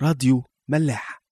راديو ملاح.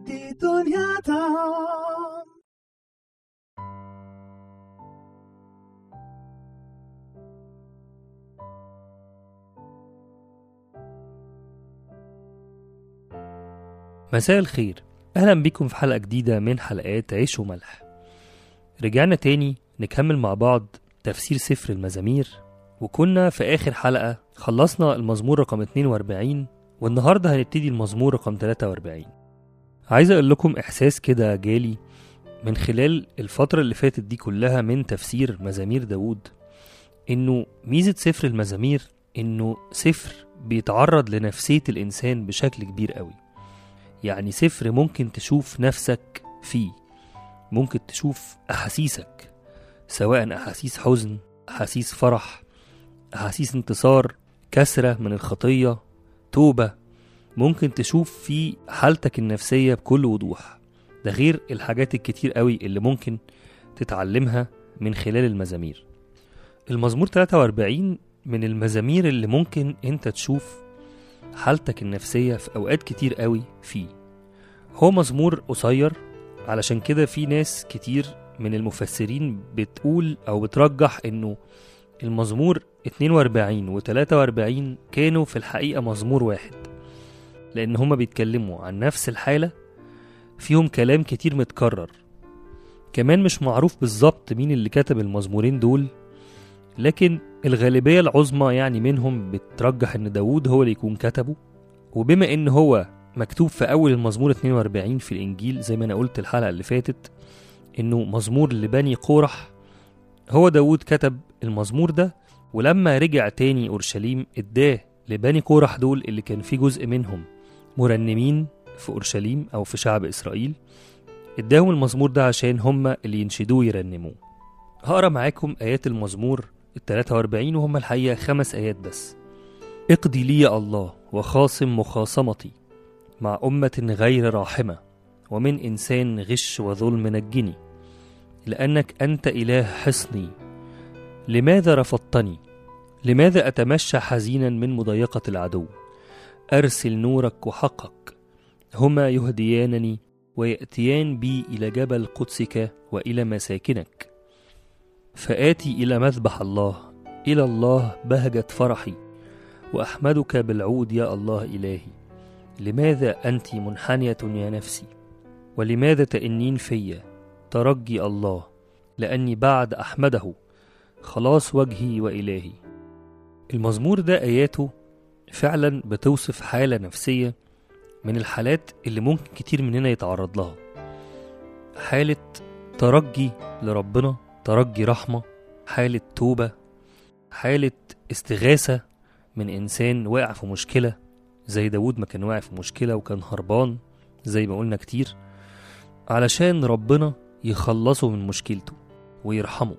مساء الخير، أهلا بكم في حلقة جديدة من حلقات عيش وملح. رجعنا تاني نكمل مع بعض تفسير سفر المزامير، وكنا في آخر حلقة خلصنا المزمور رقم 42، والنهاردة هنبتدي المزمور رقم 43. عايز أقول لكم إحساس كده جالي من خلال الفترة اللي فاتت دي كلها من تفسير مزامير داود، إنه ميزة سفر المزامير إنه سفر بيتعرض لنفسية الإنسان بشكل كبير قوي. يعني سفر ممكن تشوف نفسك فيه، ممكن تشوف أحاسيسك، سواء أحاسيس حزن، أحاسيس فرح، أحاسيس انتصار، كسرة من الخطية، توبة. ممكن تشوف في حالتك النفسية بكل وضوح. ده غير الحاجات الكتير قوي اللي ممكن تتعلمها من خلال المزامير. المزمور 43 من المزامير اللي ممكن انت تشوف حالتك النفسية في أوقات كتير قوي فيه. هو مزمور قصير، علشان كده في ناس كتير من المفسرين بتقول أو بترجح إنه المزمور 42 و 43 كانوا في الحقيقة مزمور واحد، لأن هما بيتكلموا عن نفس الحالة، فيهم كلام كتير متكرر. كمان مش معروف بالظبط مين اللي كتب المزمورين دول، لكن الغالبية العظمى يعني منهم بترجح إن داود هو اللي يكون كتبه. وبما إن هو مكتوب في أول المزمور 42 في الإنجيل، زي ما أنا قلت الحلقة اللي فاتت إنه مزمور لبني قورح، هو داود كتب المزمور ده، ولما رجع تاني أورشليم اداه لبني قورح دول اللي كان في جزء منهم مرنمين في أورشليم أو في شعب إسرائيل، اداهم المزمور ده عشان هم اللي ينشدوه يرنموه. هقرأ معاكم آيات المزمور 43، وهم الحقيقة 5 آيات بس. اقضي لي يا الله وخاصم مخاصمتي مع أمة غير راحمة، ومن إنسان غش وظلم نجني، لأنك أنت إله حصني. لماذا رفضتني؟ لماذا أتمشى حزينا من مضايقة العدو؟ أرسل نورك وحقك، هما يهديانني ويأتيان بي إلى جبل قدسك وإلى مساكنك. فآتي إلى مذبح الله، إلى الله بهجة فرحي، وأحمدك بالعود يا الله إلهي. لماذا أنت منحنية يا نفسي؟ ولماذا تئنين فيا؟ ترجي الله، لأني بعد أحمده خلاص وجهي وإلهي. المزمور ده آياته فعلا بتوصف حالة نفسية من الحالات اللي ممكن كتير مننا يتعرض لها، حالة ترجي لربنا، ترجي رحمة، حالة توبة، حالة استغاثة من إنسان واقع في مشكلة، زي داود ما كان واقع في مشكلة وكان هربان زي ما قلنا كتير، علشان ربنا يخلصه من مشكلته ويرحمه.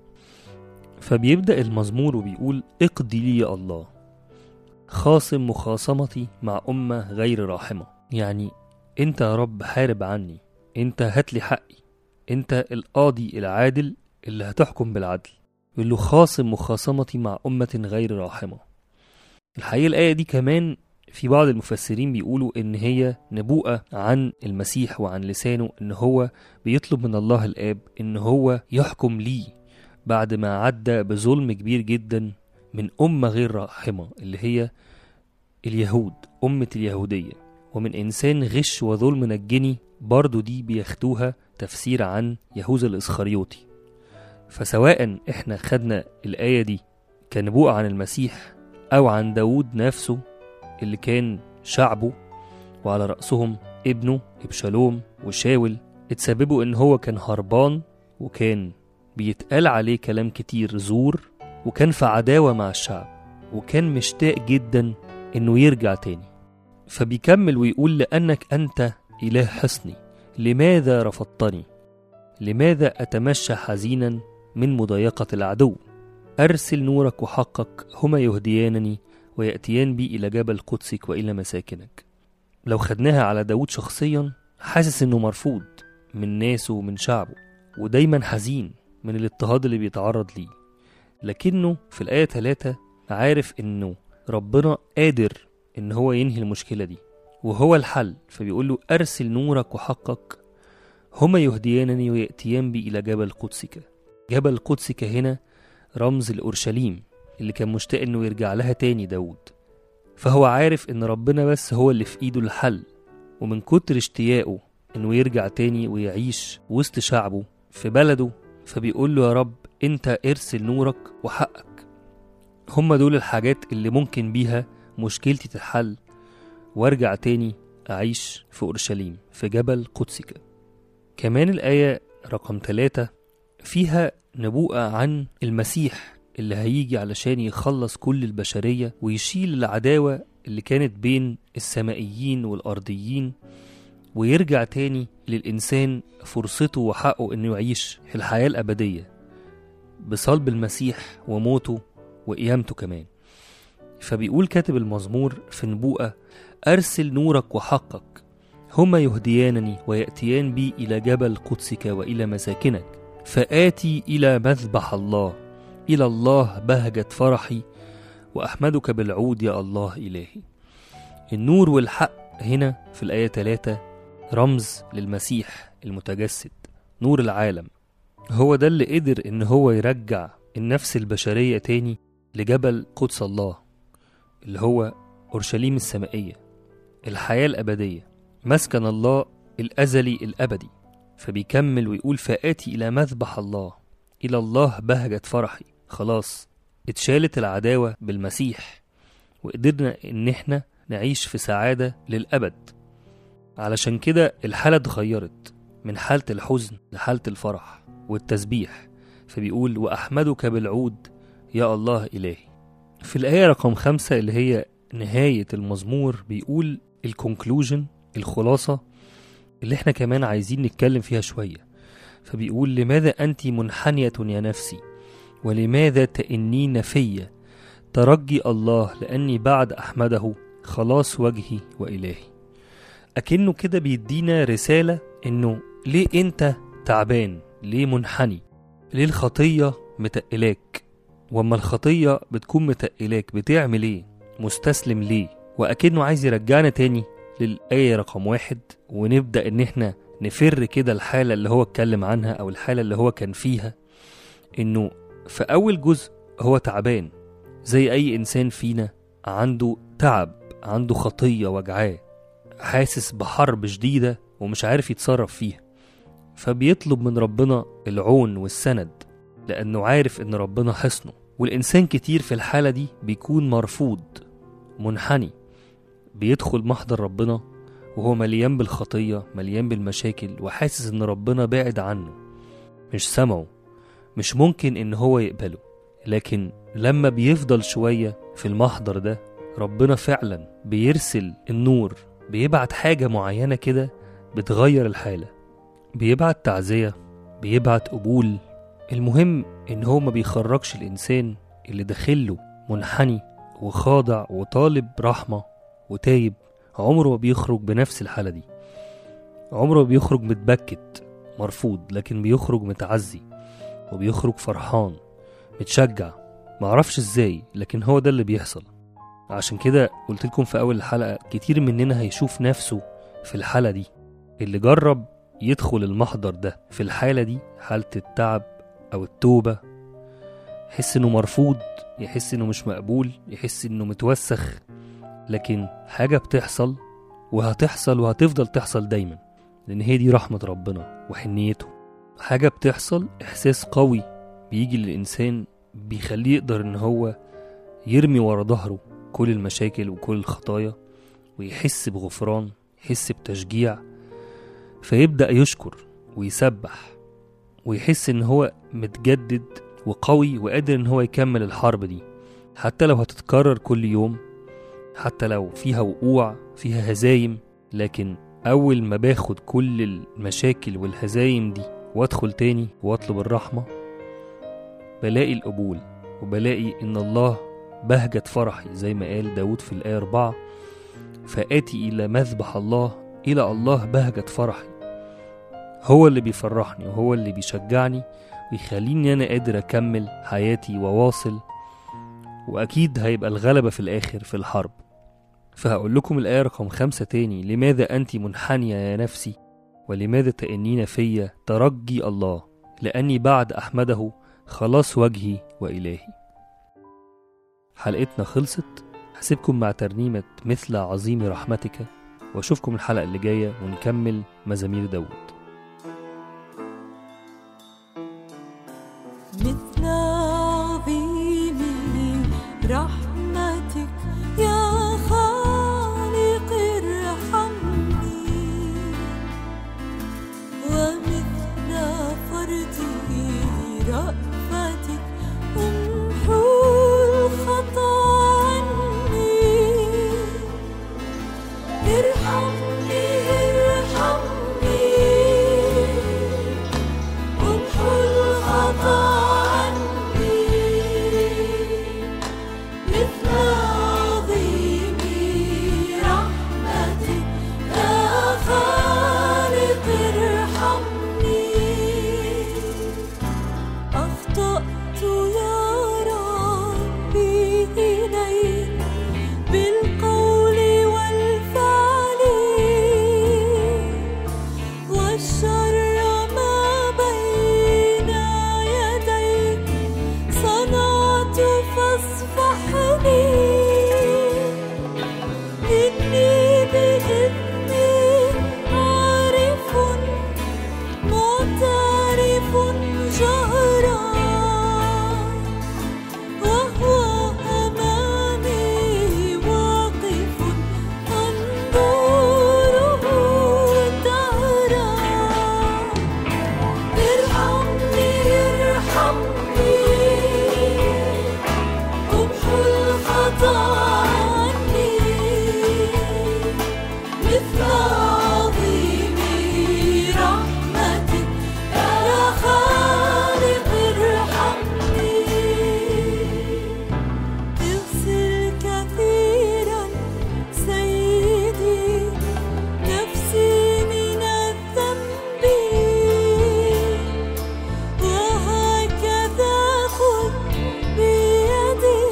فبيبدأ المزمور وبيقول اقضي لي يا الله خاصم مخاصمتي مع أمة غير راحمة. يعني انت يا رب حارب عني، انت هاتلي حقي، انت القاضي العادل اللي هتحكم بالعدل. يقول له خاصم مخاصمتي مع أمة غير راحمة. الحقيقة الآية دي كمان في بعض المفسرين بيقولوا إن هي نبوءة عن المسيح وعن لسانه، إن هو بيطلب من الله الآب إن هو يحكم ليه بعد ما عدى بظلم كبير جدا من أمة غير راحمة اللي هي اليهود، أمة اليهودية. ومن إنسان غش وظلم نجني، برضو دي بياخدوها تفسير عن يهوذا الإسخريوطي. فسواء إحنا خدنا الآية دي كنبوءة عن المسيح أو عن داود نفسه اللي كان شعبه وعلى رأسهم ابنه إبشالوم وشاول، اتسببوا إن هو كان هربان وكان بيتقال عليه كلام كتير زور، وكان في عداوة مع الشعب، وكان مشتاق جدا إنه يرجع تاني. فبيكمل ويقول لأنك أنت إله حصني، لماذا رفضتني؟ لماذا أتمشى حزينا من مضايقة العدو؟ أرسل نورك وحقك، هما يهديانني ويأتيان بي إلى جبل قدسك وإلى مساكنك. لو خدناها على داود شخصيا، حاسس إنه مرفوض من ناسه ومن شعبه، ودايما حزين من الاضطهاد اللي بيتعرض ليه، لكنه في الآية 3 عارف إنه ربنا قادر إن هو ينهي المشكلة دي، وهو الحل. فبيقول له أرسل نورك وحقك هما يهديانني ويأتيان بي إلى جبل قدسك. جبل قدسك هنا رمز لأورشليم اللي كان مشتاق إنه يرجع لها تاني داود. فهو عارف إن ربنا بس هو اللي في إيده الحل، ومن كتر اشتياقه إنه يرجع تاني ويعيش وسط شعبه في بلده، فبيقول له يا رب أنت ارسل نورك وحقك، هما دول الحاجات اللي ممكن بيها مشكلتي تتحل وارجع تاني أعيش في أورشليم في جبل قدسك. كمان الآية رقم 3 فيها نبوءة عن المسيح اللي هيجي علشان يخلص كل البشرية ويشيل العداوة اللي كانت بين السمائيين والأرضيين، ويرجع تاني للإنسان فرصته وحقه إنه يعيش في الحياة الأبدية بصلب المسيح وموته وقيامته كمان. فبيقول كاتب المزمور في نبوءة أرسل نورك وحقك هما يهديانني ويأتيان بي إلى جبل قدسك وإلى مساكنك، فآتي إلى مذبح الله، إلى الله بهجة فرحي، وأحمدك بالعود يا الله إلهي. النور والحق هنا في الآية 3 رمز للمسيح المتجسد، نور العالم. هو ده اللي قدر إن هو يرجع النفس البشرية تاني لجبل قدس الله اللي هو أورشليم السمائية، الحياة الأبدية، مسكن الله الأزلي الأبدي. فبيكمل ويقول فآتي إلى مذبح الله، إلى الله بهجة فرحي. خلاص اتشالت العداوة بالمسيح وقدرنا إن احنا نعيش في سعادة للأبد. علشان كده الحالة اتغيرت من حالة الحزن لحالة الفرح والتسبيح. فبيقول وأحمدك بالعود يا الله إلهي. في الآية رقم 5 اللي هي نهاية المزمور بيقول الكونكلوجن، الخلاصة اللي احنا كمان عايزين نتكلم فيها شوية. فبيقول لماذا أنت منحنية يا نفسي ولماذا تئنين في ترجي الله لأني بعد أحمده خلاص وجهي وإلهي. أكنه كده بيدينا رسالة إنه ليه أنت تعبان، ليه منحني، ليه الخطية متقلاك، وأما الخطية بتكون متقلاك بتعمل ايه، مستسلم ليه. وأكنه عايز يرجعنا تاني للآية رقم 1 ونبدأ إن احنا نفر كده الحالة اللي هو اتكلم عنها أو الحالة اللي هو كان فيها. إنه في أول جزء هو تعبان زي أي إنسان فينا، عنده تعب، عنده خطية وجعاه، حاسس بحرب شديدة ومش عارف يتصرف فيها، فبيطلب من ربنا العون والسند لأنه عارف إن ربنا حصنه. والإنسان كتير في الحالة دي بيكون مرفوض، منحني، بيدخل محضر ربنا وهو مليان بالخطية، مليان بالمشاكل، وحاسس إن ربنا بعد عنه، مش سمعه، مش ممكن إن هو يقبله. لكن لما بيفضل شوية في المحضر ده ربنا فعلا بيرسل النور، بيبعت حاجة معينة كده بتغير الحالة، بيبعت تعزية، بيبعت قبول. المهم إن هو ما بيخرجش الإنسان اللي داخله منحني وخاضع وطالب رحمة وتايب، عمره ما بيخرج بنفس الحالة دي، عمره ما بيخرج متبكت مرفوض، لكن بيخرج متعزي وبيخرج فرحان متشجع. معرفش ازاي، لكن هو ده اللي بيحصل. عشان كده قلت لكم في أول الحلقة كتير مننا هيشوف نفسه في الحالة دي. اللي جرب يدخل المحضر ده في الحالة دي، حالة التعب أو التوبة، يحس إنه مرفوض، يحس إنه مش مقبول، يحس إنه متوسخ، لكن حاجة بتحصل وهتحصل وهتفضل تحصل دايما، لأن هي دي رحمة ربنا وحنيته. حاجة بتحصل، إحساس قوي بيجي للإنسان بيخليه يقدر إن هو يرمي ورا ظهره كل المشاكل وكل الخطايا، ويحس بغفران، يحس بتشجيع، فيبدأ يشكر ويسبح ويحس إن هو متجدد وقوي وقادر إن هو يكمل الحرب دي، حتى لو هتتكرر كل يوم، حتى لو فيها وقوع، فيها هزايم. لكن أول ما باخد كل المشاكل والهزايم دي وادخل تاني واطلب الرحمة، بلاقي القبول، وبلاقي إن الله بهجة فرحي زي ما قال داود في الآية 4 فآتي إلى مذبح الله، إلى الله بهجة فرحي. هو اللي بيفرحني وهو اللي بيشجعني ويخليني أنا قادر أكمل حياتي وواصل، وأكيد هيبقى الغلبة في الآخر في الحرب. فهقول لكم الآية رقم 5 تاني: لماذا أنت منحنية يا نفسي، ولماذا تأنين في ترجي الله، لأني بعد أحمده خلاص وجهي وإلهي. حلقتنا خلصت، هسيبكم مع ترنيمة مثل عظيم رحمتك، واشوفكم الحلقة اللي جاية ونكمل مزامير داود. مثل عظيم رحمتك يا خالق ارحمني، ومثل فرد رأفتك امحو الخطا عني. ارحمني ارحمني امحو الخطا عني، مثل عظيم رحمتك يا خالق ارحمني. أخطأت يا ربي إليك بالقول والفعل، والشر ما بين يديك صنعت فاصفحني. إني بإثمي عارف معترف جهرا، وهو أمامي واقف أنظره دهرا. ارحمني ارحمني امحو الخطا عني، مثل عظيم رحمتك يا خالق ارحمني. اغسل كثيرا سيدي نفسي من الذنب، وهكذا خذ بيدي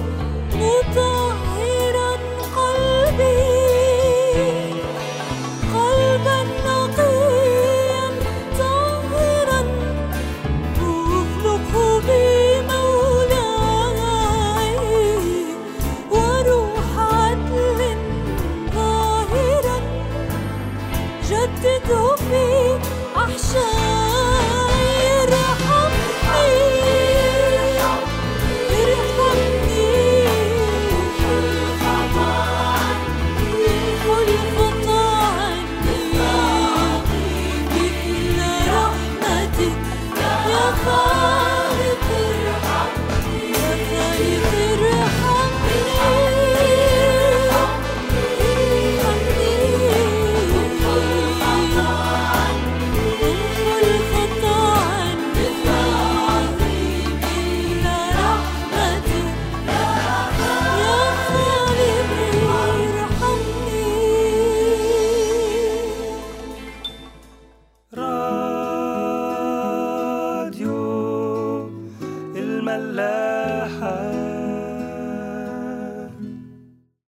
مطهرا قلبي، قلبا نقيا طاهرا اخلقه بمولاي، وروح عدل ظاهرا جدده في أحشائي.